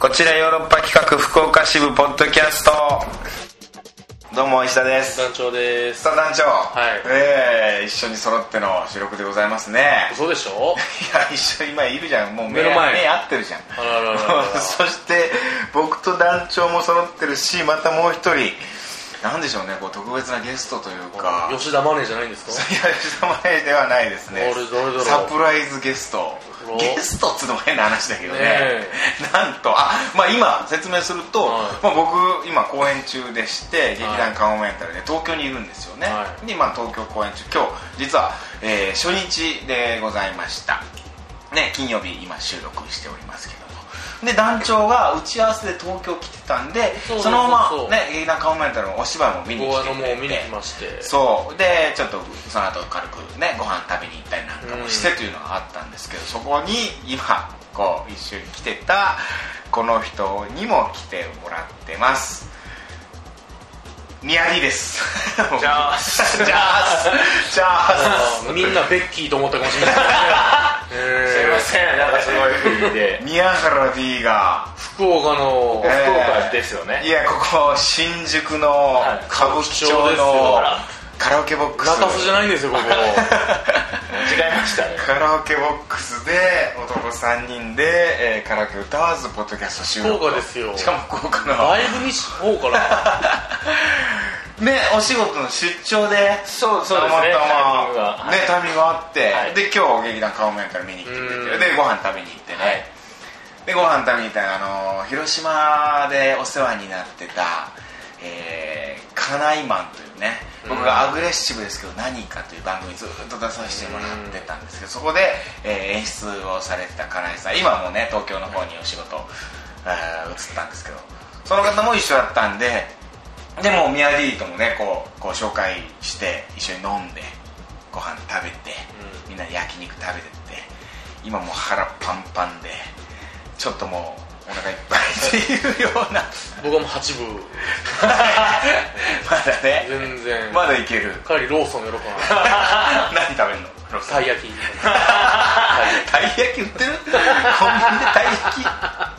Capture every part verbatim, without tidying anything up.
こちらヨーロッパ企画福岡支部ポッドキャスト。どうも石田です。 団長です。 さあ団長、 はい、 えー、一緒に揃っての収録でございますね。 嘘でしょ。 いや一緒に今いるじゃん、もう 目, 目の前目合ってるじゃん。 あららららそして僕と団長も揃ってるし、またもう一人なんでしょうね、こう特別なゲストというか。 吉田マネーじゃないんですか。 いや吉田マネーではないですね。サプライズゲスト。ゲストっつうのも変な話だけど ね, ねなんとあ、まあ、今説明すると、はい、まあ、僕今公演中でして劇団カモメンタルで東京にいるんですよね、はい、で、まあ、東京公演中、今日実は、えー、初日でございました、ね、金曜日今収録しておりますけども、で団長が打ち合わせで東京来てたんで、そうそうそうそう、そのまま、ね、劇団カモメンタルのお芝居も見に来てくれて、 もう見に来まして、 そうでちょっとその後軽くねご飯食べに行ったりなんかもしてというのがあったんですけど、そこに今こう一緒に来てたこの人にも来てもらってます。ミヤディです。 じゃあじゃあじゃあみんなベッキーと思ったかもしれないすいません、なんかすごい雰囲気で宮原 D が福岡の、 えー、福岡ですよね。 いやここ新宿の歌舞伎町のカラオケボックス、 中洲じゃないんですよここ。 違いましたね。 カラオケボックスで男さんにんで、えー、カラオケ歌わずポッドキャスト収録。 福岡ですよ。 しかも福岡のだいぶ西方からね、お仕事の出張でそうそうですね、 たまたまね、タイミングがあって、 はい、 で今日劇団カモメンタル見に来てくれて、でご飯食べに行ってね、はい、でご飯食べに行ったら、あの広島でお世話になってた、えー、カナイマンというね、僕がアグレッシブですけど何かという番組ずっと出させてもらってたんですけど、そこで、えー、演出をされてた金井さん、今もね東京の方にお仕事、えー、移ったんですけど、その方も一緒だったんで、でもミヤディともねこう、こう紹介して一緒に飲んでご飯食べて、うん、みんなで焼肉食べてって、今もう腹パンパンでちょっともうお腹いっぱいっていうような僕はもう八分まだね全然まだいける。 帰りローソンやろうかな。 何食べるの？ たい焼き。 たい焼き売ってる？コンビニでたい焼き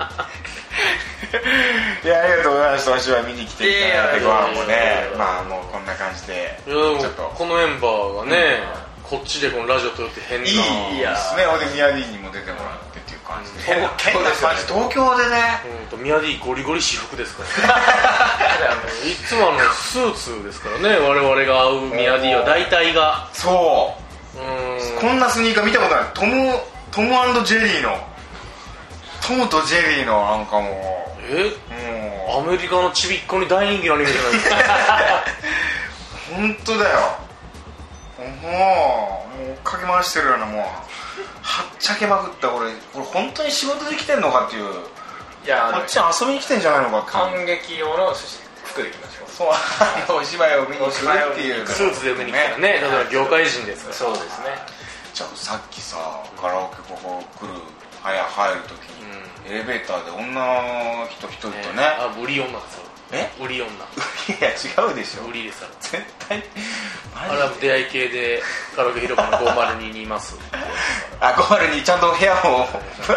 いや、ありがとうございました。お芝居見に来ていただいて、ご飯もね、まあもうこんな感じでちょっとこのメンバーがね、うん、こっちでこのラジオ撮るって変な。 いいですね。ほんでミヤディにも出てもらってっていう感じで、変な感じ、東京でね、 うん、ミヤディゴリゴリ私服ですからねいつもあのスーツですからね、我々が会うミヤディは大体が。 そう、うん、こんなスニーカー見たことない。トムトム&ジェリーのトムとジェリーのなんかもう、 え、もうアメリカのちびっこに大人気のアニメじゃないですか本当だよ。もうもう追っかけ回してるような、もうはっちゃけまくった。これこれ本当に仕事で来てんのかっていう。 いや、 こっち遊びに来てんじゃないのかっていう。 感激用の服で来ましょう。 そう、あのお芝居を見に来るっていう。 スーツで見に来たらね、例えば業界人ですから。 そうですね。 じゃあさっきさ、カラオケここ来るはや入るときに、うん、エレベーターで女の人一人とね、えー、あ、売り女ですよ。 え、 売り女。 いや違うでしょ。 売りですから絶対。 あれは出会い系でカラオケ広場のごまるににいます。 あ、ごまるにちゃんと部屋をお前団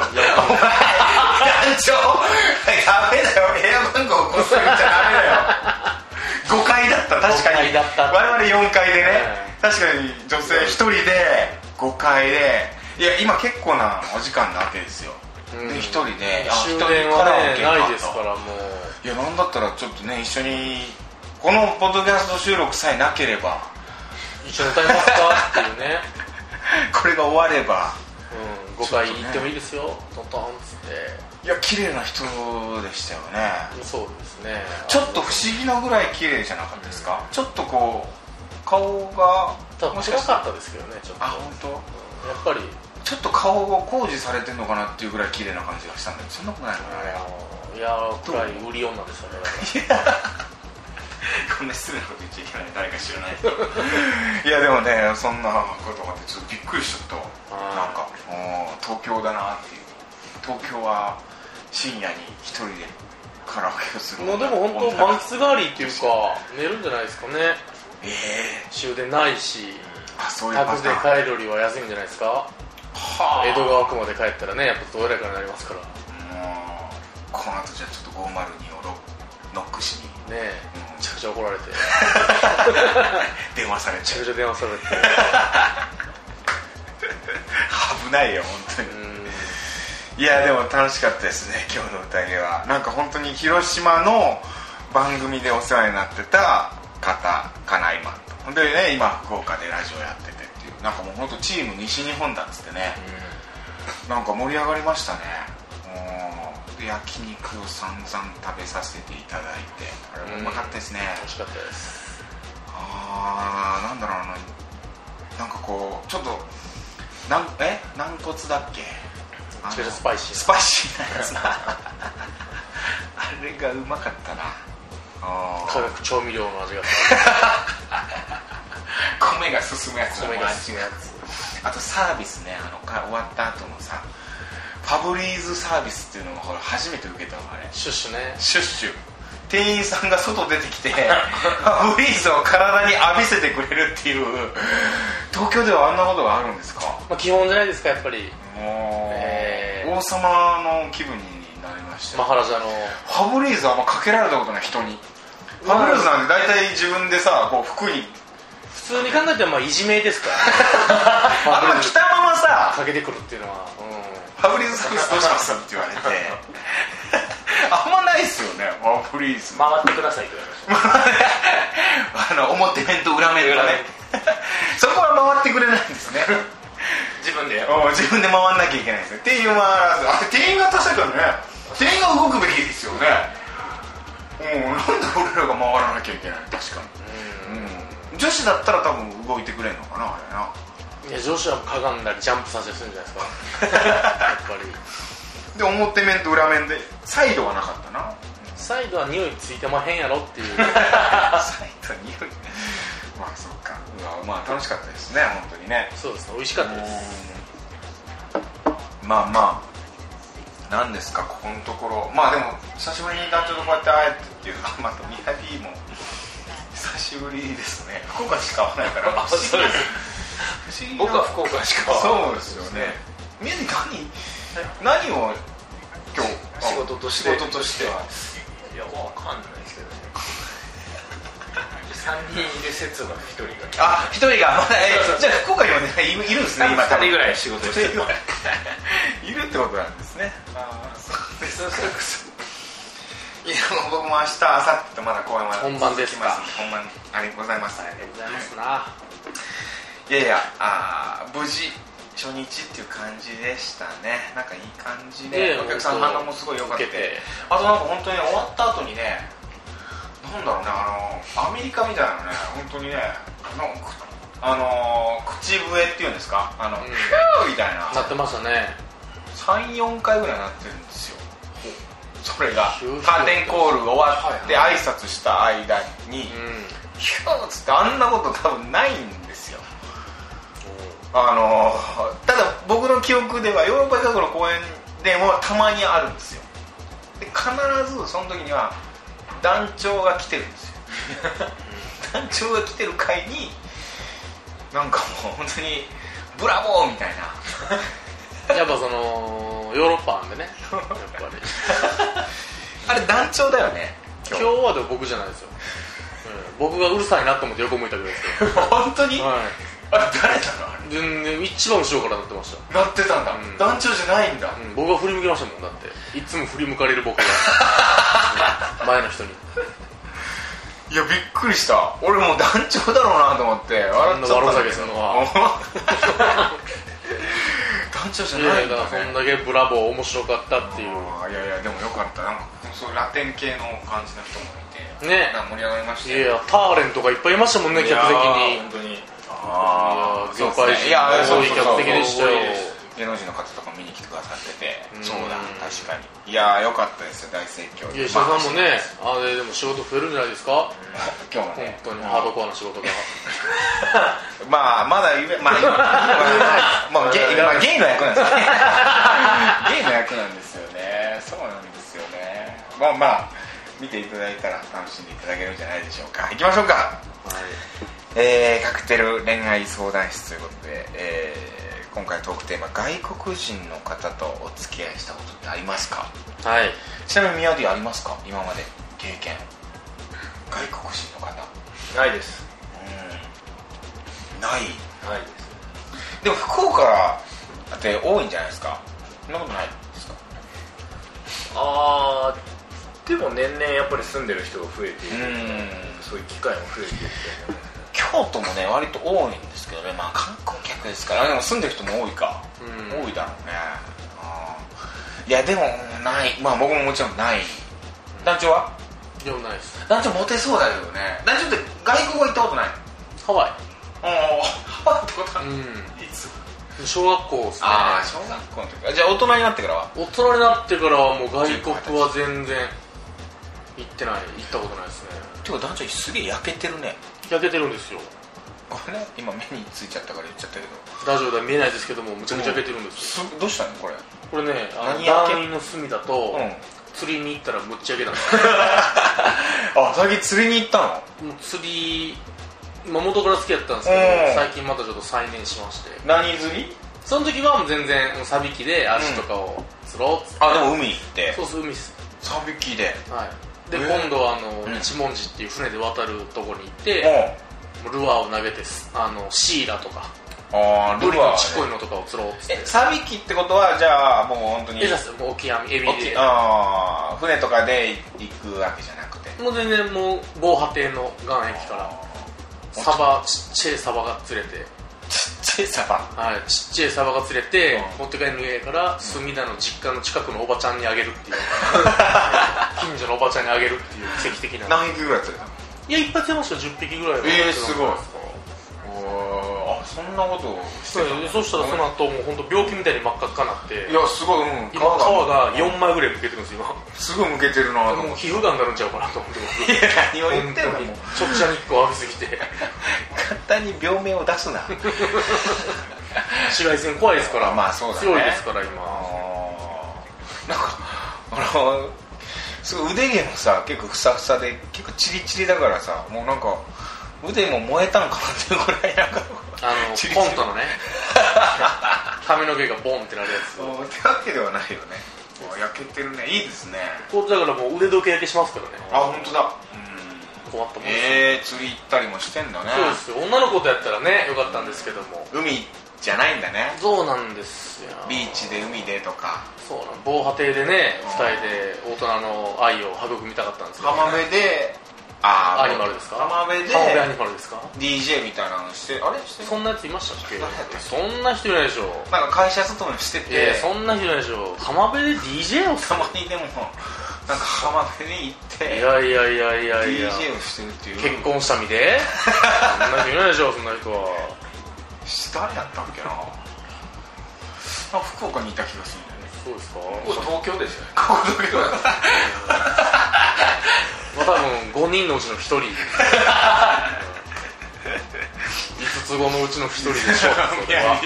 長ダメだよ、部屋番号をこっそり言っちゃダメだよごかいだった。確かに我々よんかいでね、確かに女性ひとりでごかいで、いや今結構なお時間なわけですよ、うん、でひとりで終電はねないですから、もういや、なんだったらちょっとね一緒にこのポッドキャスト収録さえなければ一緒に歌いますかっていうねこれが終われば、 うん、ごかい行ってもいいですよ、トントンっつって。 いや綺麗な人でしたよね。 そうですね。 ちょっと不思議なぐらい綺麗じゃなかったですか、うん、ちょっとこう顔が多分違かったですけどね、ちょっと。 あ、本当。 やっぱりちょっと顔が工事されてるのかなっていうぐらい綺麗な感じがしたんだけど、そんなことないのかな。 いやー、くらい売り女ですよね。 いやこんな失礼なこと言っちゃいけない、誰か知らないいやでもね、そんなことがあってちょっとびっくりしちゃった。なんか東京だなっていう。東京は深夜に一人でカラオケをする。 もうでも本当満喫代わりっていうか寝るんじゃないですかね。 ええー、 終電ないし、 あ、そういうパターン。 宅で帰るよりは安いんじゃないですか。はあ、江戸川区まで帰ったらね、やっぱどえらいからなりますから。 もうここの後じゃあちょっとごーまるにをノックしにねえ、うん、めちゃくちゃ怒られて電話されてめちゃくちゃ電話されて危ないよ本当に。いやでも楽しかったですね今日の宴は。なんか本当に広島の番組でお世話になってた方かな今でね、今福岡でラジオやっててっていう、なんかもう本当チーム西日本だっつってね、うん、なんか盛り上がりましたね。で焼肉を散々食べさせていただいて、あれもうまかったですね。 美味しかったです。 あーなんだろうな、なんかこうちょっとなんえ軟骨だっけ、 ちょっとスパイシースパイシーなやつなあれがうまかったな。あ化学調味料の味が米が進むやつ、 米が進むやつ。 あとサービスね、あの終わった後のさファブリーズサービスっていうのをほら初めて受けたの。あれシュッシュね、 シュッシュ店員さんが外出てきてファブリーズを体に浴びせてくれるっていう。東京ではあんなことがあるんですか。 まあ、基本じゃないですかやっぱり。 えー、王様の気分になりました。 マハラジャのファブリーズはあんまかけられたことない人に。ファブリーズなんて大体自分でさこう服に普通に考えてもまあいじめですからあんま着たままさかけてくるっていうのは、うん、 ファブリーズサービスどうしますって言われてあんまないっすよね。ファブリーズ回ってくださいって言われましたあの表面と裏面とねそこは回ってくれないんですね自分で自分で回んなきゃいけないんですね。店員はあれ店員が確かにね、店員が動くべきですよね。うん、なんで俺らが回らなきゃいけない。確かに、うんうん、女子だったら多分動いてくれんのかなあれな。 いや女子はかがんだりジャンプさせるんじゃないですかやっぱり。 で表面と裏面でサイドはなかったな。 サイドは匂いついてまへんやろっていうサイド匂いまあそっか、まあ楽しかったですね本当にね。 そうですね、美味しかったです。 まあまあなんですかここのところ、まあでも久しぶりに団長とこうやって会えてっていうか、またミヤビーも久しぶりですね。福岡しか会わないからそうです不思議な。僕は福岡しか会わない。 そうですよね。宮城何何を今日仕事として仕事としては、 いやわかんないですけどねさんにんいる説がひとりがあ、ひとりがまだ、えー、じゃあ福岡にも、ね、い, いるんですね今。 ふたりぐらい仕事してるいるってことなんですね。ああそうですいやもう僕も明日明後日とまだ公演は本番ですか。 本番ありがとうございます。 ありがとうございますな。 いやいやあ無事初日っていう感じでしたね。なんかいい感じで、えー、お客さんの反応もすごい良かった。あとなんか本当に終わった後にね、なんだろうね、あのアメリカみたいなね、本当にね、あの口笛っていうんですか、あの、うん、ヒューみたいななってましたね。 さん、よんかいぐらいなってるんですよ。それがカーテンコールが終わって挨拶した間に、うん、ヒューっつってあんなこと多分ないんですよ。あのただ僕の記憶ではヨーロッパ企画の公演でもたまにあるんですよ。で必ずその時には団長が来てるんですよ団長が来てる回になんかもう本当にブラボーみたいなやっぱそのヨーロッパなんでね、やっぱりあれ団長だよね今日。今日はでも僕じゃないですよ、うん、僕がうるさいなと思って横向いたぐらいですよ本当に、はい、あれ誰なのあれ。 全然一番後ろからなってました。 なってたんだ、うん、団長じゃないんだ、 うん、僕が振り向きましたもん。だっていつも振り向かれる僕が前の人に。 いやびっくりした。俺もう団長だろうなと思って笑っちゃったんだけど団長じゃないんだね。 いやいや、そんだけブラボー面白かったっていう。 いやいやでもよかった。なんかそうラテン系の感じの人もいてね、 盛り上がりました。 いやターレンとかいっぱいいましたもんね、客席に。 本当にああ、業界人多い客席でしたよ。 芸能人の方とか見に来てくださってて、そうだ確かに。いや良かったですよ、大盛況で。 いや石田さんもね、あれでも仕事増えるんじゃないですか今日もね。 本当にハードコアな仕事がまあまだ言えまあまあゲイの役なんですねゲイの役なんですよね。そうなんですよね。まあまあ見ていただいたら楽しんでいただけるんじゃないでしょうか。行きましょうか。はい。えー、カクテル恋愛相談室ということで、えー、 今回トークテーマ、外国人の方とお付き合いしたことってありますか？ はい。 ちなみに宮城ありますか？今まで経験。外国人の方ないです。 うんないないです。 でも福岡って多いんじゃないですか？そんなことないですか？ あーでも年々やっぱり住んでる人が増えている、 うんそういう機会も増えていると思う。 京都もね割と多いんですけどね、まあ観光客ですから、でも住んでる人も多いか、 うん、 多いだろうね。あいやでもない、まあ僕ももちろんない。団長は？ でもないです。 団長モテそうだけどね。団長って外国は行ったことない？ ハワイ。 おハワイってことは、うん、いつ？ 小学校ですね。 ああ小学校の時。じゃあ大人になってからは？ 大人になってからはもう外国は全然行ってない、行ったことないですね。 てか団長すげえ焼けてるね。 焼けてるんですよ。 これね今目についちゃったから言っちゃったけど大丈夫だ、見えないですけどもむちゃくちゃ焼けてるんですよ。 どうしたのこれ？ これね、あの団員の隅だと、うん、釣りに行ったらむっちゃ焼けたんですあ、最近釣りに行ったの？ もう釣り今元から好きやったんですけど、うん、最近またちょっと再燃しまして。 何釣り？ その時はもう全然サビキで足とかを釣ろうっつって、 うん、あでも海行って。 そうそう海っす。 サビキで、 はい、で、えー、今度はあの、うん、一文字っていう船で渡るとこに行って、うん、ルアーを投げてあのシーラとかあブリのちっこいのとかを釣ろうっつって。 えサビキってことはじゃあもう本当にえですもうオキアミエビであ船とかで行くわけじゃなくてもう全然もう防波堤の岸壁からサバちっちゃいサバが釣れてちっちゃいサバはいちっちゃいサバが釣れて、うん、持って帰るの家から隅田の実家の近くのおばちゃんにあげるっていう近所のおばちゃんにあげるっていう奇跡的な。 何匹ぐらい釣れたの？ いやいっぱい釣れましたよ。じゅっぴきぐらいは。 えーすごい。あそんなことをしてたんだ。 そしたらその後もう本当病気みたいに真っ赤っかになって。 いやすごい、うん、 今皮がよんまいぐらいむけてるんです今。 すごいむけてるな。 もう皮膚がんになるんちゃうかなと思って僕。 いや何を言ってんの？ ちょっちゃ日光浴びすぎて簡単に病名を出すな。 紫外線怖いですから。 まあそうだね、 強いですから今。 なんかあのすごい腕毛もさ結構ふさふさで結構チリチリだからさ、もうなんか腕も燃えたんかなっていうぐらいなんかあのチリチリコントのね髪の毛がボンってなるやつ。 ってわけではないよね。焼けてるね。いいですね。 これだからもう腕時計焼けしますからね。 あ本当だ。 うん困ったもんです。 えー、釣り行ったりもしてんだね。 そうですよ。女の子とやったらねよかったんですけども、 海じゃないんだね。 そうなんですよ。 ビーチで海でとか。 そうなん防波堤でねふたりで大人の愛を育みたかったんですけど、ね、 浜辺であアニマルですか？ 浜辺で浜辺アニマルですか？ ディージェー みたいなのしてあれしてそんなやついましたっけ？そんな人いないでしょ。 なんか会社勤めしてて、 えー、そんな人いないでしょ。浜辺で ディージェー をたまにでもなんか浜辺に行っていやいやいやいやいやディージェー をしてるっていう。 結婚した身でそんな人いないでしょ。そんな人は誰やったっけな。あ福岡にいた気がするんだよね。 そうですか。 ここ東京ですよね。 ここ東京だまあ多分ごにんのうちのひとりいつつ子のうちのひとりでしょう。それは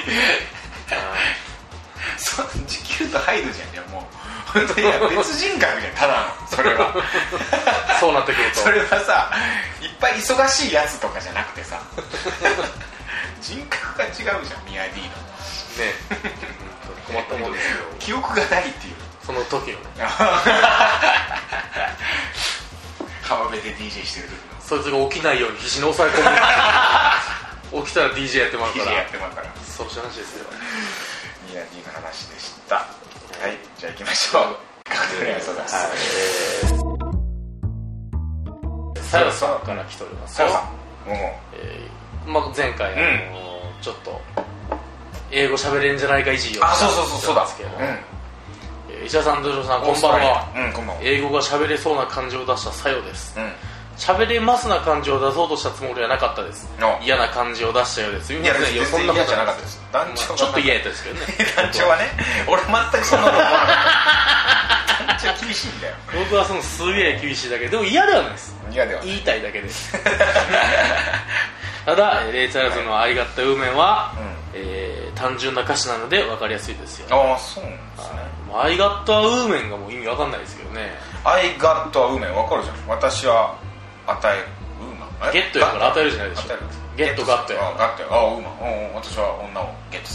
そ時給と入るじゃん。いやもう本当に別人格じゃんただのそれはそうなってくるとそれはさいっぱい忙しいやつとかじゃなくてさ人格が違うじゃんミヤ D のね困ったもんですよ。 記憶がないっていうその時のね浜辺で ディージェー してる時のそいつが起きないように必死に抑え込む起きたら ディージェー やってもらうからディージェー やってもらうからそういう話ですよ。 ミヤ D の話でした。はい、じゃあ行きましょう。 さよさんから来ております。 さよさん、 えーまあ、前回、あのーうん、ちょっと英語喋れんじゃないかいじりをしたんですけど、石田さん、土壌さん、こんばんは。 うん、こんばんは。 英語が喋れそうな感じを出したさよです。 うん、 喋れますな感じを出そうとしたつもりはなかったです。嫌な感じを出したようです。 いや、全然嫌じゃなかったです。団長、 まあ、ちょっと嫌やったですけどね。 団長はね、俺全くそんなこと思わなかった。団長厳しいんだよ。 僕はそのすげえ厳しいだけで、でも嫌ではないです。 嫌ではない。 言いたいだけです。ただ、レイ・チャールズの愛がった運命は、うんえー、単純な歌詞なので分かりやすいですよ、ね、 ああそうなんですね。 アイガットウーメンがもう意味分かんないですけどね。 アイガットウーメン分かるじゃん。私は与えるウーマン。 ゲットやから与えるじゃないでしょ。ゲットガットやから。 ガットや。ああウーマン。私は女をゲットする。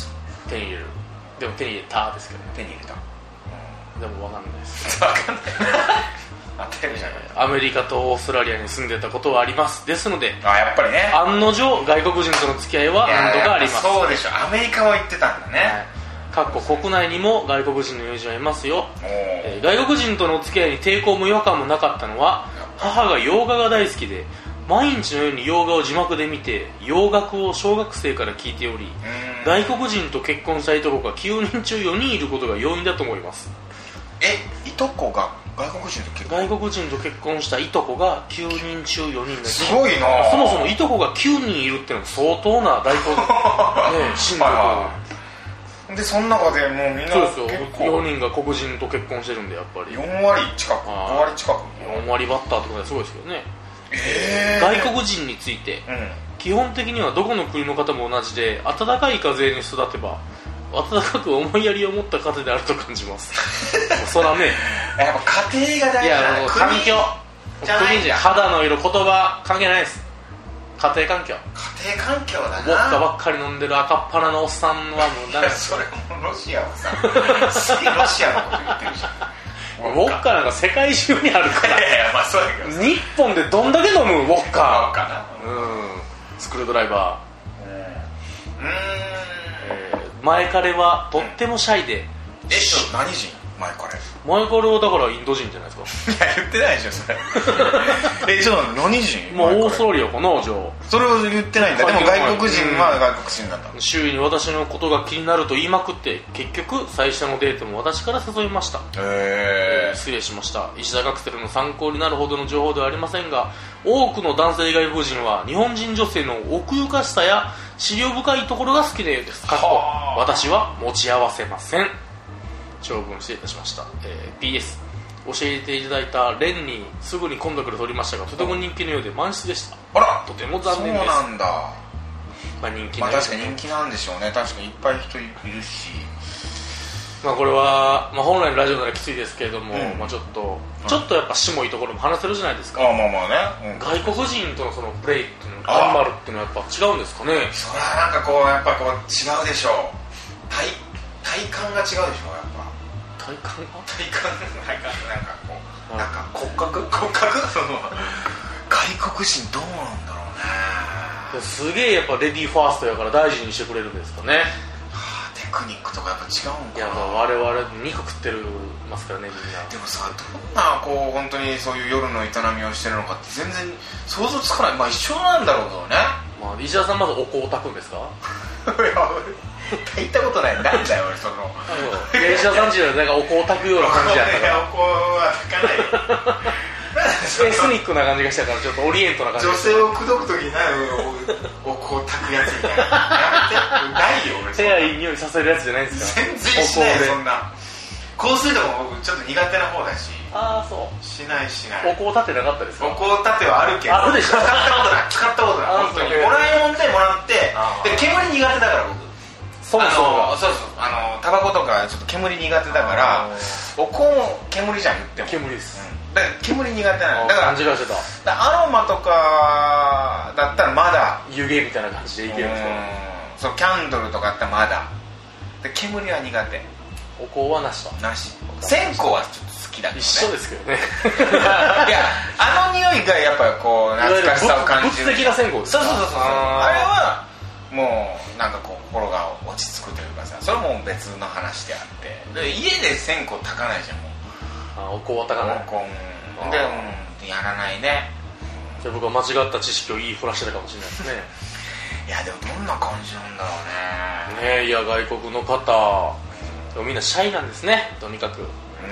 手に入れる。でも手に入れたですけどね。 手に入れた、 うん、でも分かんないです分かんない当てるじゃない。 アメリカとオーストラリアに住んでたことはあります。ですので、 あ、やっぱりね、 案の定外国人との付き合いは何度かあります。 そうでしょ、アメリカも行ってたんだね、 はい、かっこ国内にも外国人の友人はいますよ。えー、外国人との付き合いに抵抗も違和感もなかったのは、母が洋画が大好きで毎日のように洋画を字幕で見て洋楽を小学生から聞いており、外国人と結婚したいとこがきゅうにん中よにんいることが要因だと思います。 え、いとこが外国人と結婚外国人と結婚したいとこがきゅうにん中よにんです。 すごいな。 そもそもいとこがきゅうにんいるってのは相当な大家族ね、親族で、その中でもうみんなそうですよ、 結構よにんが黒人と結婚してるんで、やっぱりよんわり近く、ごわり近く、 よんわりバッターとかですごいですけどね。 えー、 外国人について、 うん、 基本的にはどこの国の方も同じで、温かい風に育てば温かく思いやりを持った方であると感じますそらね、 やっぱ家庭が大事だ。 いや、もう環境、国じゃ肌の色、言葉関係ないです。家庭環境、 家庭環境だな。 ウォッカばっかり飲んでる赤っ鼻のおっさんはもうダメ。 それもロシアはさすげえロシアのこと言ってるじゃんウォッカなんか世界中にあるからいやいや、まあそうだけど、 日本でどんだけ飲むウォッカ。 ウォッカな、 うん、スクールドライバー、 うん、 えー、前彼はとってもシャイで、 え、ちょっと何人前彼前彼はだからインド人じゃないですか。 いや、言ってないでしょそれえ、ちょっと何人まあオーストラリアかな、じゃあそれを言ってないんだ。でも外国人は外国人なんだ。 周囲に私のことが気になると言いまくって、結局最初のデートも私から誘いました。 へー、失礼しました。石田カクテルの参考になるほどの情報ではありませんが、多くの男性外国人は日本人女性の奥ゆかしさや思慮深いところが好きなようです。かっこ私は持ち合わせません。長文失礼いたしました。えー、ピーエス 教えていただいたレンにすぐにコンタクト取りましたが、とても人気のようで満室でした。 あら、 とても残念です。 そうなんだ。 まあ人気まあ確かに人気なんでしょうね。確かにいっぱい人いるし、 まあこれは、まあ、本来のラジオならきついですけれども、 うん、 まあちょっとちょっとやっぱ下いところも話せるじゃないですか。 ああ、まあまあね、うん、 外国人とのそのプレイっていうの頑張るっていうのはやっぱ違うんですかね。 それはなんかこうやっぱこう違うでしょう。体体感が違うでしょう、やっぱ体感が体感体感なんかこうなんか骨格骨格その外国人どうなんだろうね。 すげえやっぱレディーファーストやから大事にしてくれるんですかね。 はあ、テクニックとかやっぱ違うんかな。 いや、まあ我々肉食ってるますからね、みんな。 でもさ、どんなこう本当にそういう夜の営みをしてるのかって全然想像つかない。まあ一緒なんだろうけどね。 まあ石田さんまずお香を炊くんですか？ いや炊いたことない。なんだよ俺その石田さんちのなんかお香を炊くような感じやったから。 お香は炊かないエスニックな感じがしたからちょっとオリエントな感じ。 女性を口説くときにお香を炊くやつみたいなやめてないよ俺。 手やいい匂いさせるやつじゃないんですか？ 全然しないよそんな。香水とかも僕ちょっと苦手な方だし。 ああ、そうしないしない。 お香立てなかったですか？ お香立てはあるけどあるでしょ。 使ったことない使ったことない本当に。もらいもんでもらってで煙苦手だから僕。 そうそうそうそう、あのタバコとかちょっと煙苦手だからお香も煙じゃん言っても煙です、 うん、だから煙苦手なのだから感じがしてた。 アロマとかだったらまだ湯気みたいな感じでいけるんですか？ そう、キャンドルとかだったらまだで煙は苦手。 お香はなしとなし。線香はちょっと好きだけどね。 一緒ですけどねいや、あの匂いがやっぱりこう懐かしさを感じる。 物的な線香ですか？ そうそうそうそう。あれはもうなんかこう心が落ち着くというかさ、それも別の話であって、で家で線香炊かないじゃんもう。 あ、お香は炊かない。 お香で、うん、やらないね。 じゃあ僕は間違った知識を言いふらしてたかもしれないですねいやでもどんな感じなんだろうね。 ねえ、いや外国の方、でもみんなシャイなんですね、とにかく。うーん、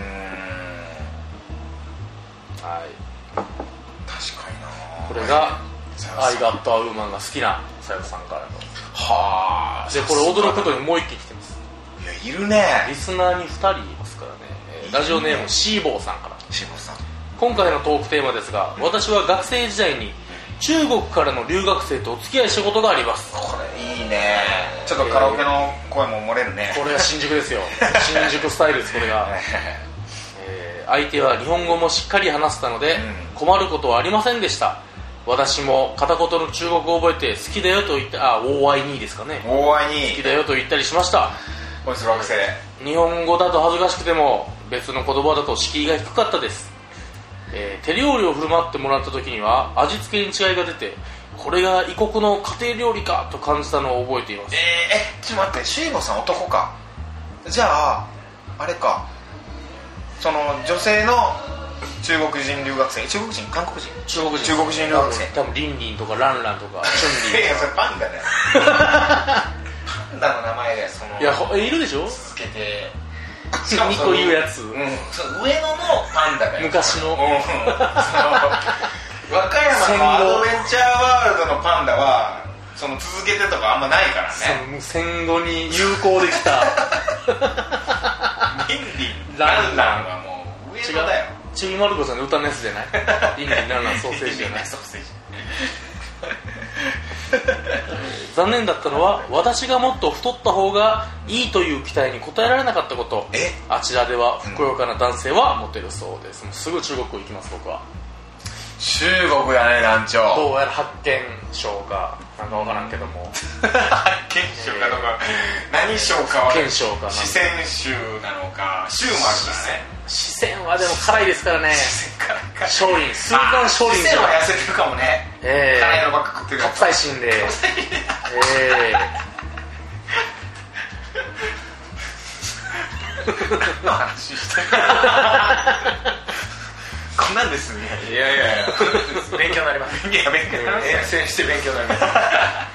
はい、 確かにな。 これがアイガットアウーマンが好きなさよさんからの。 はあ。 でこれ驚くことにもう一件来てます。 いや、いるね。リスナーにふたりいますからね。ラジオネームシーボーさんから。 シーボーさん、 今回のトークテーマですが、私は学生時代に中国からの留学生とお付き合いしたことがあります。 これいいね。ちょっとカラオケの声も漏れるね。 これは新宿ですよ新宿スタイルですこれがえー、相手は日本語もしっかり話せたので、うん、困ることはありませんでした。私も片言の中国語を覚えて好きだよと言って、あ、オーアイにですかね、 オーアイに好きだよと言ったりしました。 恋する惑星。 日本語だと恥ずかしくても別の言葉だと敷居が低かったです、えー、手料理を振る舞ってもらった時には味付けに違いが出て、これが異国の家庭料理かと感じたのを覚えています。 えー、えちょっと待って、シーゴさん男か。じゃああれか、その女性の中国人留学生、中国人、韓国人、 中国人、 中国人留学生、 多分リンリンとかランランとかチュンリンいやそれパンダだよパンダの名前でそのいやいるでしょ、 続けてにこ言うやつ、 うん、その上野のパンダだよ、 昔の、うん、その和歌山のアドベンチャーワールドのパンダはその続けてとかあんまないからね。 戦後に有効できたリンリンランランはもう上野だよ。 ちびまる子さんの歌のやつじゃないリンリンランランソーセージじゃないソーセージ残念だったのは私がもっと太った方がいいという期待に応えられなかったこと。 えあちらではふくよかな男性はモテるそうです、もうすぐ中国行きます僕は。 中国だね団長。 どうやら発見賞かなんか分からんけども発見賞かどうか、えー、何賞かは発見賞か四川州なのか州もあるからね。 四川はでも辛いですからね。 四川辛い。 少林スーパー少林四川は痩せてるかもね。 ええー、 辛いのばっか食ってるカプサイシンでええー何の話してるこんなんですね。いやいやいや勉強になります。いや勉強になります。遠征して勉強になります。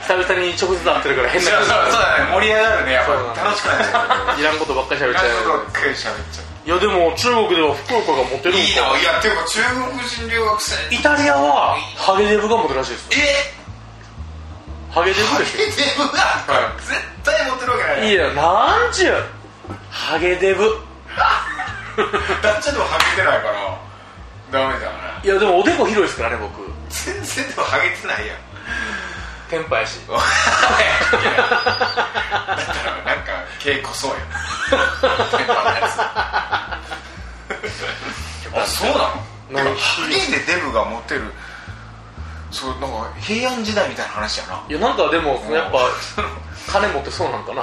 久々に直接会ってるから変な感じ。 そうそうだね、盛り上がるね。やっぱ楽しくなっちゃう。 いらんことばっかり喋っちゃう。 いらんことばっかり喋っちゃう。 いやでも中国では福岡がモテるんか。 いいな。いやっていうか中国人留学生、 イタリアはハゲデブがモテるらしいですよ。 えハゲデブですよ。 ハゲデブが、はい、絶対モテるわけない。 いやなんちゅうハゲデブだっちゃでもハゲてないからダメだよね。 いやでもおでこ広いですからね僕。 全然でもハゲてないやん。 テンパやしだったらなんか毛こそうやんテンパのやつあ、そうなの。ハゲでデブがモテる、そうなんか平安時代みたいな話やな。 いやなんかでもやっぱ金持ってそうなんかな、うん、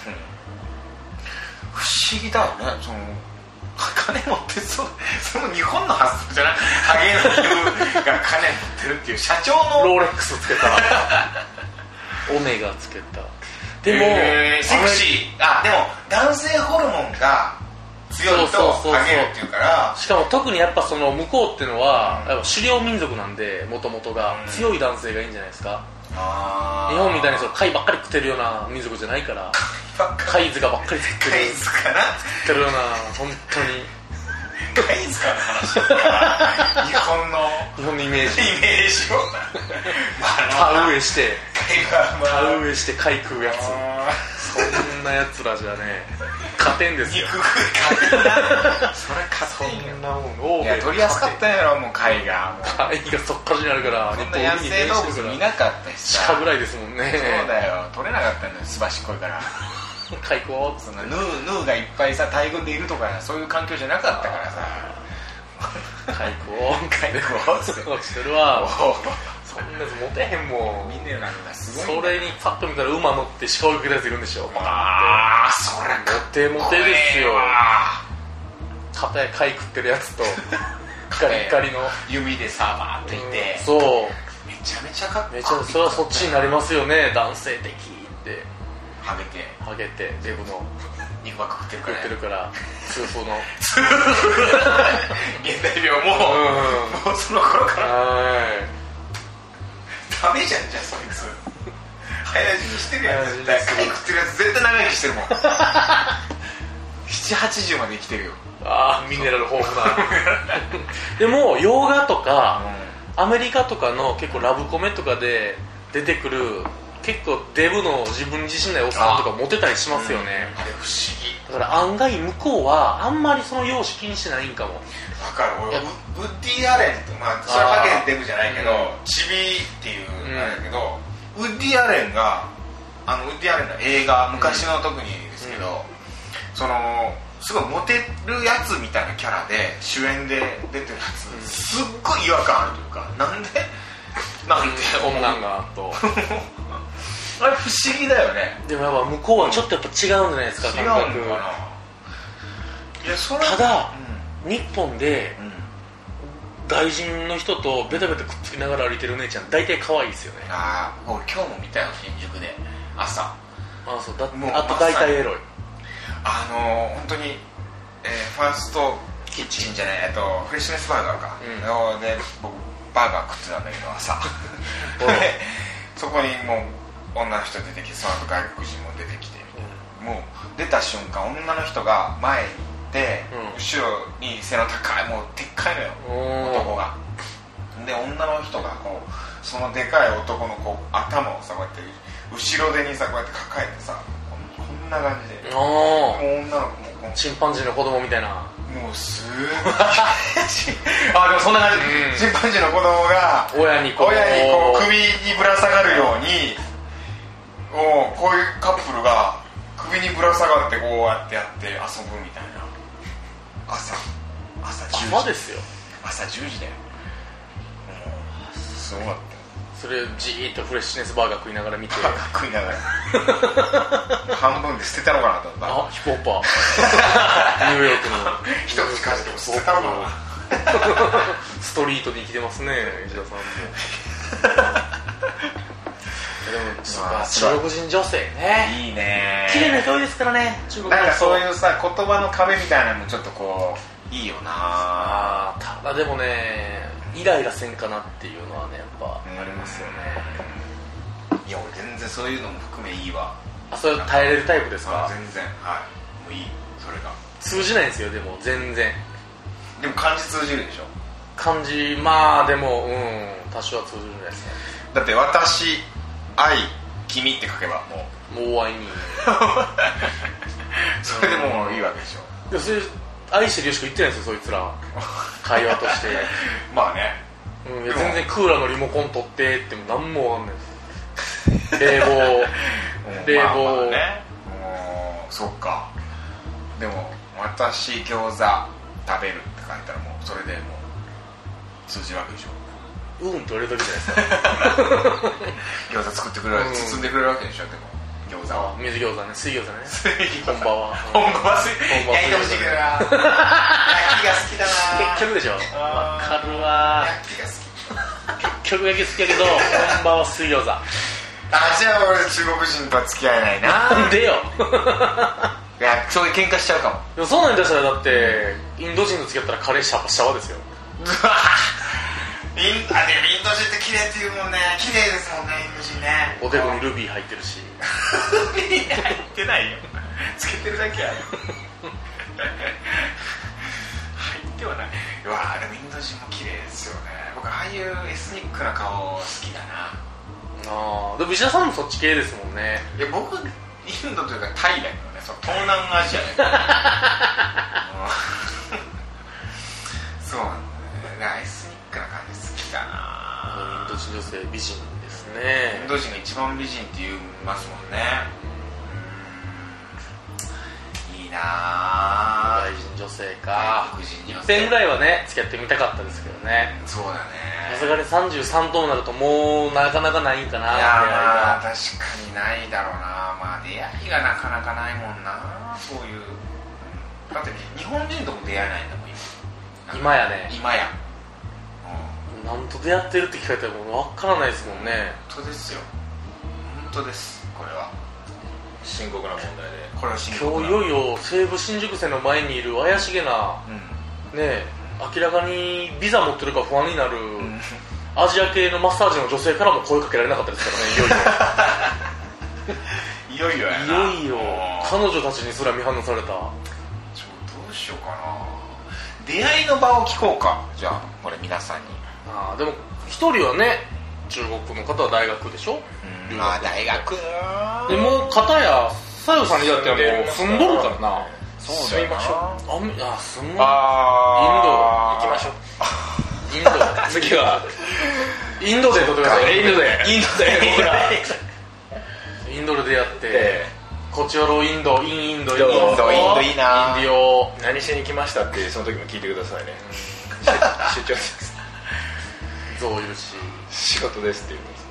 不思議だよね。その金持ってそう、その日本の発想じゃない。ハゲのデブが金持ってるっていう社長のローレックスつけたオメガつけた。でも、 えー、セクシー。あ、でも男性ホルモンが強いとハゲるっていうから。 しかも特にやっぱその向こうっていうのは、うん、やっぱ狩猟民族なんでもともとが、うん、強い男性がいいんじゃないですか。あ、日本みたいにその貝ばっかり食ってるような民族じゃないから貝塚ばっかり作ってる貝塚な作ってるような本当に貝塚の話日本の日本のイメージイメージを田植えして田植えして貝食うやつそんなやつらじゃね勝てんですよ。 肉食い勝てんなそれ勝てんよ。 そんなもんいや取りやすかったんやろもう貝が貝がそっからになるから日本の野生動物見なかったしさ鹿ぐらいですもんね。 そうだよ取れなかったんだよすばしっこいから貝食おうそんなヌー、ヌーがいっぱいさ大群でいるとかそういう環境じゃなかったからさ貝食おう貝食おうってしてるわそんなやつモテへんもん。 みんななんかすごい、ね、 それにパッと見たら馬乗って鹿を受けたやついるんでしょ。 ああそれモテモテですよ。片や貝食ってるやつとガリガリの指でさバーっていて、 うん、そうめちゃめちゃかっこいい。 めちゃそれはそっちになりますよね男性的ってハゲてハゲてデブの肉ばっか食ってるから、ね、 食ってるから痛風の現代病も、うん、もうその頃からはいダメじゃんじゃあそいつ早死にしてるやん絶対貝食ってるやつ絶対長生きしてるもんななはちじゅうまで生きてるよ。 ああミネラル豊富なでも洋画とか、うん、アメリカとかの結構ラブコメとかで出てくる結構デブの自分自身のおっさんとかモテたりしますよね。 あ、うん、あれ不思議だから案外向こうはあんまりその容姿気にしてないんかも。 分かる。俺ウッディ・アレンとまあそれはハゲデブじゃないけど、うん、チビっていうあれだけど、うん、ウッディ・アレンがあのウッディ・アレンの映画昔の特にですけど、うん、そのすごいモテるやつみたいなキャラで主演で出てるやつ、うん、すっごい違和感あるというかなんでなんで女がとあれ不思議だよね。 でもやっぱ向こうはちょっとやっぱ違うんじゃないですか、 違う感覚。 のかな。いやそれただ、 うん、 日本でうん外人の人とベタベタくっつきながら歩いてるお姉ちゃん大体可愛いですよね。 ああ俺今日も見たよ新宿で朝。 あそうだもうあと大体エロい。 あのー、本当に、えー、ファーストキッチンじゃないえっとフレッシュネスバーガーか、うん、で僕バーガー食ってたんだけど朝でそこにもう女の人出てきてその後外国人も出てきて、うん、もう出た瞬間女の人が前にで、うん、後ろに背の高いもうでっかいのよ男が。で女の人がこうそのでかい男のこう頭をさこうやって後ろ手にさこうやって抱えてさこんな感じでもう女の子もチンパンジーの子供みたいなもうすーごいあでもそんな感じ、うん、チンパンジーの子供が親にこう親にこう首にぶら下がるようにおこういうカップルが首にぶら下がってこうやってやって遊ぶみたいな。朝朝じゅうじバカですよ。 朝じゅうじだよ。もうすごかった。 それじーっとフレッシュネスバーガー食いながら見てバーガー食いながら半分で捨てたのかなと思った。 あヒップホッパーニューヨークの一口かじっても捨てたのかなストリートに生きてますね石田さんもでも、まあ、中国人女性ねいいね綺麗な人多いですからね中国人。 なんかそういうさ言葉の壁みたいなのもちょっとこういいよなあ。ただでもねイライラせんかなっていうのはねやっぱありますよね。 いや俺全然そういうのも含めいいわ。 あそれ耐えれるタイプですか。 全然はいもういいそれが通じないんですよ。でも全然でも漢字通じるでしょ。 漢字まあでもうん多少は通じるんじゃないですか。 だって私愛君って書けばもうもう愛にそれでもういいわけでしょ。 でもそれ愛してるよしか言ってないんですよそいつら会話としてまあね、 うん、いや全然クーラーのリモコン取ってっても何もわかんないです冷房冷房、 まあまあね、もうそっか。でも私餃子食べるって書いたらもうそれでもう通じるわけでしょ。 うんって言われるだけじゃないですか餃子作ってくれる、うん、包んでくれるわけでしょ。でも餃子は水餃子ね水餃子ね本場は本場は水焼いてほしいけどな焼きが好きだな結局でしょ。わかるわ焼きが好き結局焼き好きやけど本場は水餃子。 あじゃあ俺中国人とは付き合えないな。 なんでよいやそういう喧嘩しちゃうかも。 でもそうなんだしたらだってインド人と付き合ったらカレーシャバシャバですよインあでもインド人って綺麗っていうもんね。綺麗ですもんねインド人ね。 おでこにルビー入ってるしルビー入ってないよつけてるだけやよ入ってはない。うわでもインド人も綺麗ですよね。僕ああいうエスニックな顔好きだな。 ああでも石田さんもそっち系ですもんね。 いや僕インドというかタイだけどね。その東南アジアだけどそうなんだね。エスニックな感じ好きだな。 インド人女性美人ですね。 インド人が一番美人って言いますもんね。うんいいな。 外人女性か。 外国人女性いっぺんぐらいはね付き合ってみたかったですけどね。 そうだね。 さすがにさんじゅうさんともなるともうなかなかないんかな。 いやまあ確かにないだろうな。まあ出会いがなかなかないもんな。そういうだって日本人とも出会えないんだもん今。 今やね。 今や、 うん、なんと出会ってるって聞かれたらもう分からないですもんね。 本当ですよ本当です。これは深刻な問題でこれは深刻な。 今日いよいよ西武新宿線の前にいる怪しげな、うん、ねえ明らかにビザ持ってるか不安になる、うん、アジア系のマッサージの女性からも声かけられなかったですからねいよいよいよやな。 いよいよ彼女たちにすら見放された。 ちょどうしようかな。出会いの場を聞こうか。じゃあこれ皆さんに。 ああでも一人はね中国の方は大学でしょ。 うんまあ大学でもう片やさよさんにだってはもう住んどるからな。 そうだよな。 ああ住むあインド行きましょう。インド次はインドで撮ってください。インドでインドで僕らインドで出会って、えー、こちおろインドインインドインドインドインドいいな。 インディオ何しに来ましたってその時も聞いてくださいね出張です象いるし仕事ですって言うん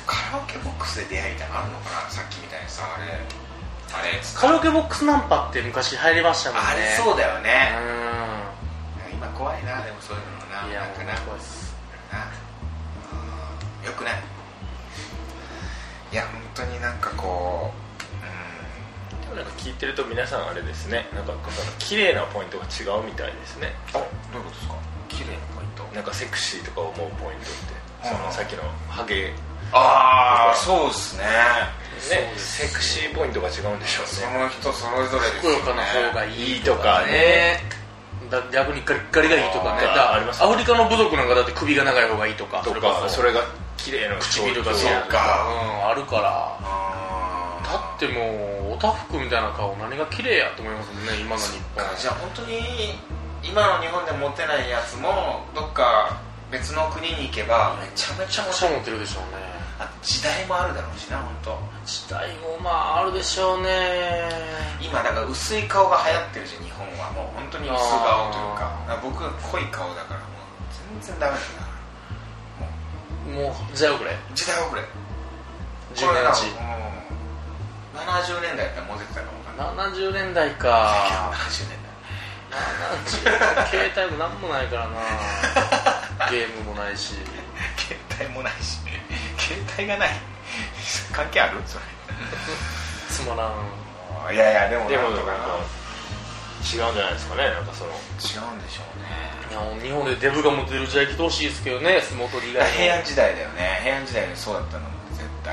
カラオケボックスで出会いみたいなのあるのかな、さっきみたいにさ、あれあれカラオケボックスナンパって昔入りましたもんね。 あれそうだよね。 うん、 今怖いな、でもそういうのな。 いや、 なんかな、 怖いっすな、うん、よくない。いや本当になんかこう、うん、 でもなんか聞いてると皆さんあれですね、なんかその綺麗なポイントが違うみたいですね。 あ、どういうことですか、綺麗なポイント。 なんかセクシーとか思うポイントって、そのさっきのハゲ、 ああそうですね。 ね、セクシーポイントが違うんでしょうね。 その人それぞれですふくよかな方がいいとかね、だ逆にガリッガリがいいとかね。だありますね。 アフリカの部族なんかだって首が長い方がいいとか、 とかそれが綺麗な唇がそうか、 うん、あるから。 あだってもうおたふくみたいな顔何が綺麗やと思いますもんね、今の日本。 じゃあ本当に今の日本で持ってないやつもどっか別の国に行けばめちゃめちゃめちゃ持ってるでしょうね。 あ、時代もあるだろうしな、本当。 時代もまああるでしょうね。 今だから薄い顔が流行ってるし、日本はもう本当に薄顔というか、僕は濃い顔だからもう全然ダメなんだ。 もう時代遅れ、 時代遅れ。 じゅうねんだち、 ななじゅうねんだいだったらもう出てたかもかな。 ななじゅうねんだいか。 ななじゅうねんだいななじゅう携帯もなんもないからな。ゲームもないし携帯もないし携帯がない関係あるそれつまらん。 いやいや、でもでもなんとかな違うんじゃないですかね。なんかその違うんでしょうね。 いや日本でデブが持ってる時代来てほしいですけどね、相撲取り以外の。 平安時代だよね。平安時代にそうだったの絶対。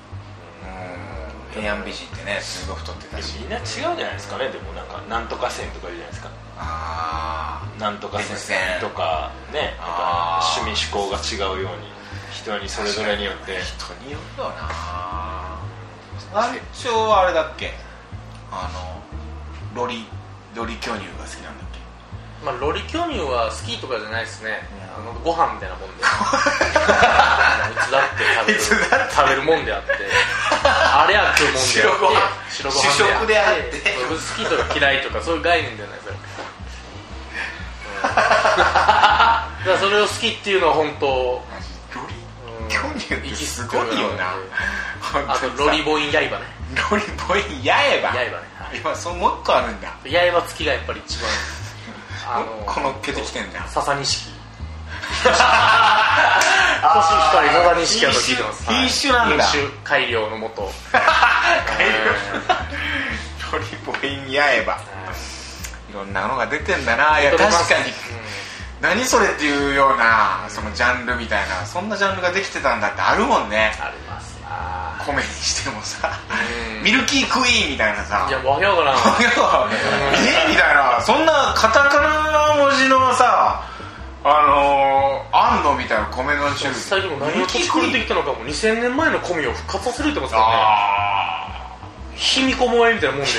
うん、平安美人ってねすごい太ってたし。 みんな違うじゃないですかね。でもなんかなんとか線とか言うじゃないですか。 ああ、 なんとか線とかね、なんか趣味嗜好が違うように人にそれぞれによって人によるよな。あれ一応あれだっけ、あのロリロリ巨乳が好きなんだっけ。 まあロリ巨乳は好きとかじゃないですね。あのご飯みたいなもんでいつだって食べる食べるもんであって、あれは食うもんであって、 白ご飯白ご飯主食であって、 好きとか嫌いとかそういう概念じゃないですか。だからそれを好きっていうのは本当ロリ巨乳ってすごいよな。 あとロリボイン刃ね。 ロリボイン刃刃ね、はい、 今そうもう一個あるんだ。 刃付きがやっぱり一番あのこのっけてきてんだ。 笹錦コシヒカリ笹錦やと聞いてます。 品種なんだ。 品種改良のもと改良ロリボイン刃、いろんなのが出てんだな。いや確かに、うん、何それっていうようなそのジャンルみたいな、そんなジャンルができてたんだってあるもんね。 ありますな。 米にしてもさ、ミルキークイーンみたいなさ、 いやわけわからんわけわからんえみたいな、そんなカタカナ文字のさ、あのー、安藤みたいな米の種類、 最近も何を年くれてきたのかもにせんねんまえの米を復活させるってますからね。卑弥呼萌えみたいなもんで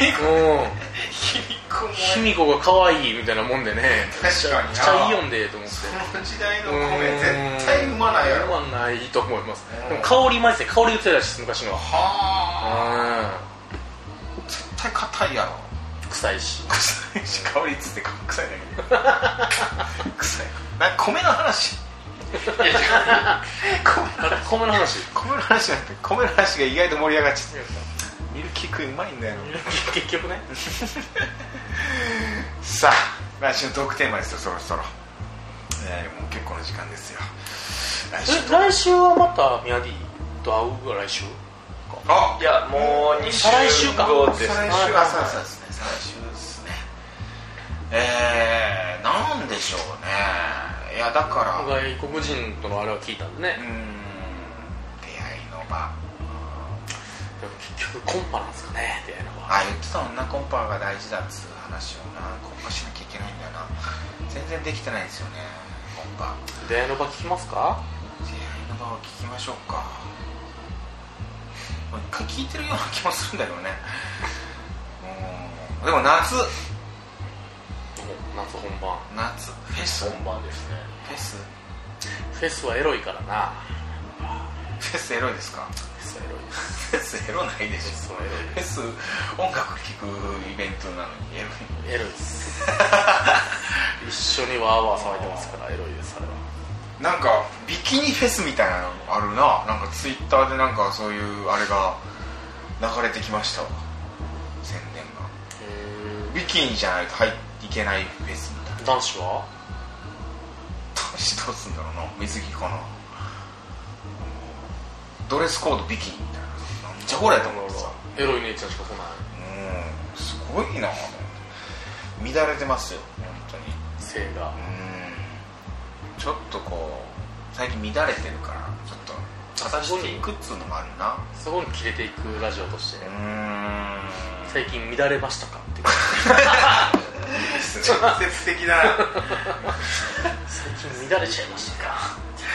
卑弥呼が可愛いみたいなもんでね、 確かにめっちゃいいよんでと思って、 その時代の米絶対うまないやろ。 うまないと思います。でも香りマジで香りが強いらしいです、昔のは。 はあ、絶対硬いやろ。 臭いし臭いし、香りつって臭いだけで臭い。なんか米の話米の米の話米の話じゃなくて、米の話が意外と盛り上がっちゃった。ミルキークイーンうまいんだよ結局ねさあ来週のトークテーマですよ、そろそろ、えー、もう結構の時間ですよ。 来週来週はまたミヤディと会うが来週あ、いやもうに週後です。 再来週、あ、そうそうですね、再来週ですね。えー、なんでしょうね。いやだから外国人とのあれは聞いたんでね、 うーん、出会いの場、 でも結局コンパなんですかね、出会いの場。 あ、言ってたもんな、コンパが大事だっつう話をな。コンパしなきゃいけないんだよな。全然できてないんですよね、コンパ。 出会いの場聞きますか。 出会いの場を聞きましょうか。一回聞いてるような気もするんだけどね。うん、でも夏夏本番、 夏フェス本番ですね。 フェスフェスはエロいからな。 フェスエロいですか。 フェスはエロいです。 フェスエロないでしょ。 フェスはエロいです。 フェス音楽聴くイベントなのにエロい。 エロいです一緒にワーワー騒いでますからエロいです。あれはなんか ビビキニフェスみたいなのあるな。なんかツイッターでなんかそういうあれが流れてきましたわ、宣伝が。ビキニじゃないと入っていけないフェスみたいな。 男子は男子どうすんだろうな、水着かな。ドレスコードビキニみたいな、なんじゃこれと思ってさ。 エロい姉ちゃんしか来ない。 うん、すごいな。乱れてますよ本当に性が。 うん、ちょっとこう最近乱れてるからちょっと正していくっつうのもあるな。 そこに切れていくラジオとして、 うーん、 最近乱れましたかっていう直接的だな最近乱れちゃいましたか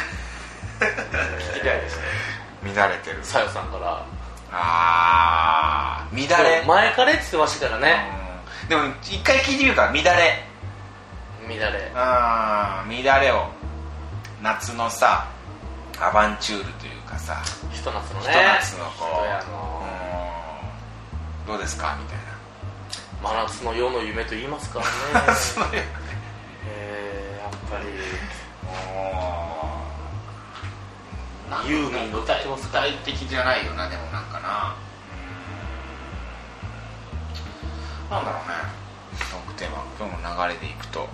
聞きたいですね。 乱れてる。 さよさんから、 あー、乱れ、 前からって言ってましたからね。 うん、でも一回聞いてみるか。乱れ、 乱れ、 あー、乱れを夏のさアバンチュールというかさ、 ひと夏のね、 ひと夏のこう、 ひとやのうん、どうですかみたい真夏の夜の夢と言いますからなねそういうえー、やっぱりなんユーミンの歌ってますか。 具体的じゃないよな。でもなんかな、うん、なんだろうね、トークテーマ今日の流れでいくと、うん、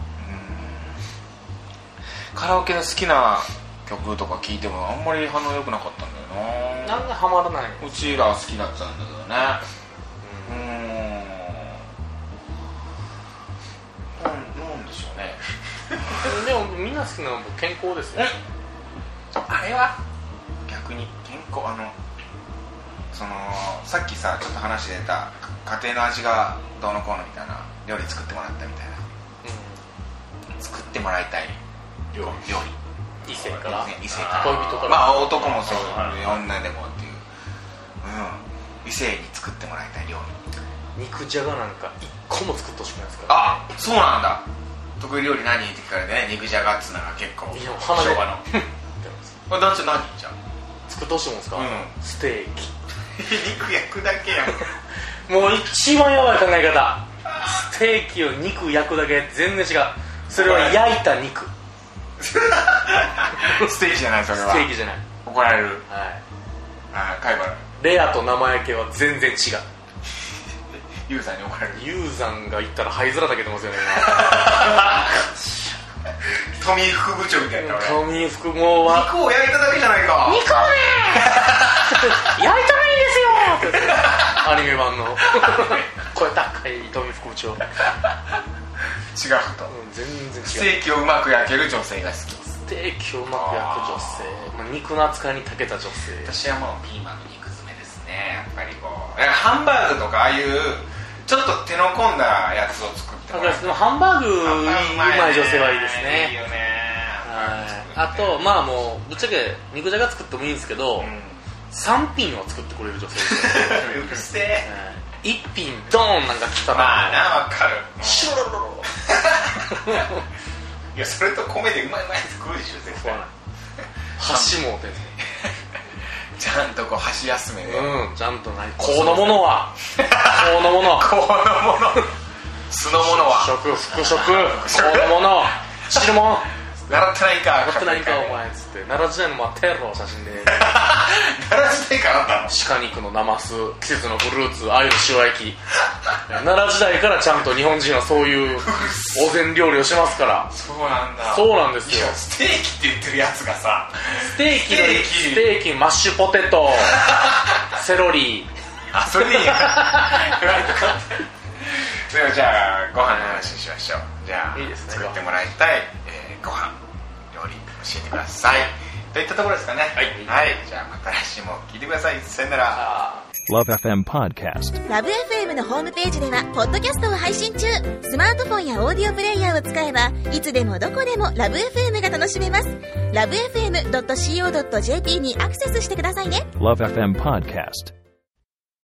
カラオケの好きな曲とか聞いてもあんまり反応良くなかったんだよな。 なんでハマらない。 うちら好きだったんだけどね。うーん、なんでしょうねでもみんな好きなのも健康ですよ。 あれは逆に健康、あのそのさっきさちょっと話出た家庭の味がどうのこうのみたいな、料理作ってもらったみたいな、うん、作ってもらいたい料理、料理異性から、 異性から、 恋人から、 まあ男もそう、女でもっていう、うん、異性に作ってもらいたい料理。肉じゃがなんか一個も作ってほしくないですか。 あ、そうなんだ。得意料理何って聞かれてね、肉じゃがっつうのが結構いや鼻で昭和のこれ団長何じゃん作ってほしいもんですか、うん、ステーキ肉焼くだけやんもう一番やばい考え方。ステーキを肉焼くだけ、全然違う。それは焼いた肉ステーキじゃない、それはステーキじゃない。 怒られる。はい。 ああ、貝原レアと生焼けは全然違う。 ユウさんに怒られる。 ユウさんが言ったら灰皿だけどますよね富井副部長みたいな。 富井副もは肉を焼いただけじゃないか。 肉をね焼いたらいいですよアニメ版の声高い富井副部長。違うと、 うん、全然違う。 ステーキをうまく焼ける女性が好き。 ステーキをうまく焼く女性、まあ、肉の扱いに長けた女性。 私はもうピーマンの肉詰めですね。やっぱりこうハンバーグとかああいうちょっと手の込んだやつを作ってもらう。 でもハンバーグうまい女性はいいですね。 いいよね。 はい。あとまあもうぶっちゃけ肉じゃが作ってもいいんですけど、うん、さん品を作ってくれる女性うるせえ。 いち品ドーンなんか来たらまあな、わかる。 シュロロロいや、それと米でうまいうまいって食うでしょ絶対。 箸もうてちゃんとこう箸休めで、 うん、ちゃんと何こうのものはこうのものこうのもの酢のものは食服食こうのもの汁も習ってないか習ってないかお前っつって奈良時代の待ってやろ写真で奈良時代からあったの。 鹿肉のなます季節のフルーツ鮎の塩焼き奈良時代からちゃんと日本人はそういうお膳料理をしますから。 そうなんだ。 そうなんですよ。 ステーキって言ってるやつがさ、 ステーキのステーキマッシュポテトセロリあ、それでいいやではじゃあご飯の話にしましょう。じゃあいいですね、 作ってもらいたい、えー、ご飯料理教えてくださいといったところですかね。はい、はい、じゃあまた来週も聞いてください。さよなら。 Love エフエム Podcast。 ラブ エフエム のホームページではポッドキャストを配信中。スマートフォンやオーディオプレイヤーを使えばいつでもどこでもラブ エフエム が楽しめます。ラブ エフエムドットシーオードットジェーピー にアクセスしてくださいね。 Love エフエム Podcast。